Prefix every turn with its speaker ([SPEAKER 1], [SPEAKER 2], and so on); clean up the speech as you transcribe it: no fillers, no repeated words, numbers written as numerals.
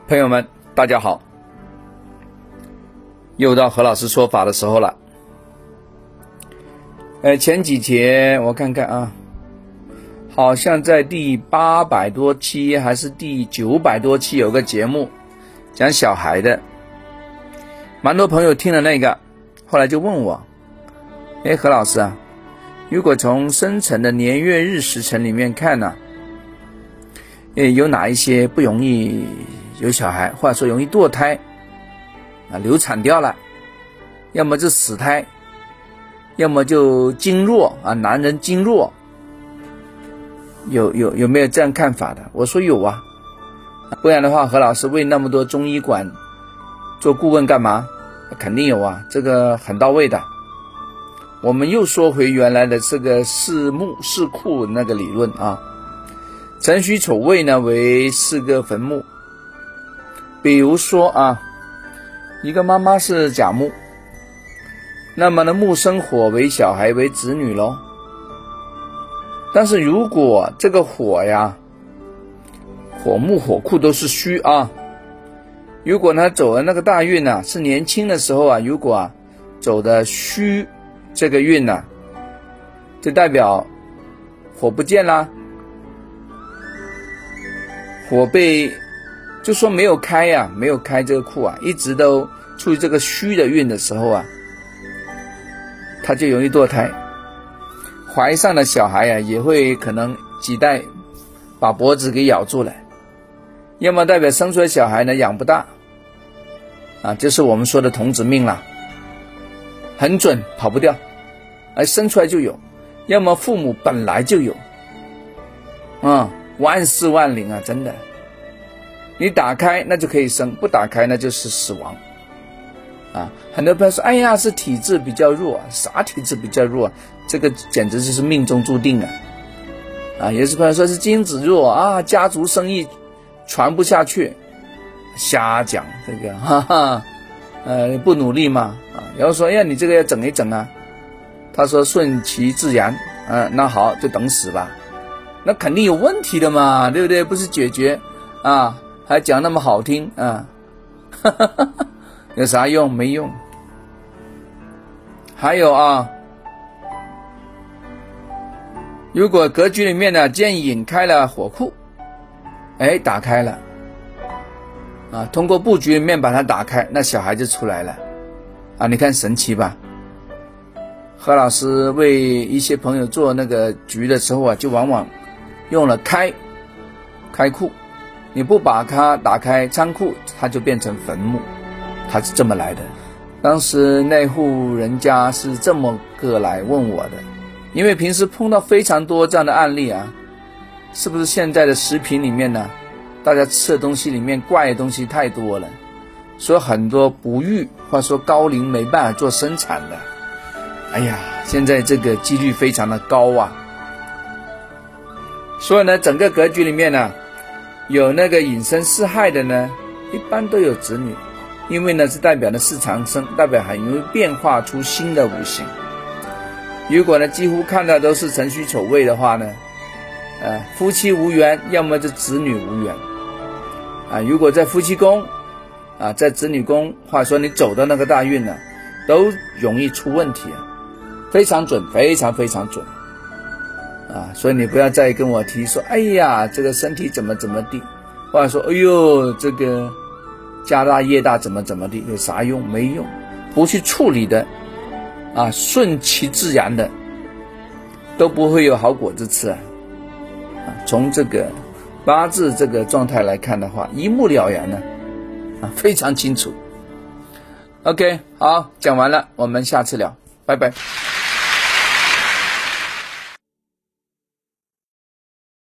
[SPEAKER 1] 朋友们大家好，又到何老师说法的时候了。前几节我看看啊，好像在第800多期还是第900多期有个节目讲小孩的，蛮多朋友听了那个，后来就问我，何老师啊，如果从生辰的年月日时辰里面看呢，有哪一些不容易有小孩，或者说容易堕胎流产掉了，要么就死胎，要么就经弱男人经弱，有没有这样看法的？我说有啊，不然的话何老师为那么多中医馆做顾问干嘛？肯定有啊，这个很到位的。我们又说回原来的这个四墓四库那个理论啊，辰戌丑未呢为4个坟墓。比如说啊，一个妈妈是甲木，那么呢木生火为小孩为子女咯。但是如果这个火呀，火木火库都是戌啊，如果呢走的那个大运呢，是年轻的时候啊，如果走的戌这个运呢，就代表火不见啦，火被就说没有开啊，没有开这个库啊，一直都处于这个戌的运的时候啊，他就容易堕胎，怀上的小孩啊也会可能脐带把脖子给咬住了，要么代表生出来小孩呢养不大就是我们说的童子命啦，很准跑不掉，生出来就有，要么父母本来就有万事万灵啊，真的，你打开那就可以生，不打开那就是死亡很多朋友说，哎呀是体质比较弱，啥体质比较弱，这个简直就是命中注定有些朋友说是精子弱家族生意传不下去，瞎讲这个不努力嘛然后说你这个要整一整他说顺其自然那好就等死吧，那肯定有问题的嘛，对不对？不是解决还讲那么好听有啥用？没用。还有如果格局里面呢见引开了火库，打开了通过布局里面把它打开，那小孩就出来了你看神奇吧？何老师为一些朋友做那个局的时候就往往用了开库，你不把它打开仓库，它就变成坟墓，它是这么来的。当时那户人家是这么个来问我的，因为平时碰到非常多这样的案例是不是现在的食品里面呢，大家吃的东西里面怪的东西太多了，所以很多不育或者说高龄没办法做生产的，现在这个几率非常的高所以呢整个格局里面呢有那个引申四害的呢，一般都有子女，因为呢是代表的是长生，代表很容易变化出新的五行。如果呢几乎看到都是辰戌丑未的话呢夫妻无缘，要么就子女无缘如果在夫妻宫在子女宫，或者说你走的那个大运呢，都容易出问题非常准，非常非常准所以你不要再跟我提说，这个身体怎么地，或者说这个家大业大怎么地，有啥用？没用。不去处理的顺其自然的都不会有好果子吃从这个八字这个状态来看的话，一目了然非常清楚。OK， 好，讲完了，我们下次聊，拜拜。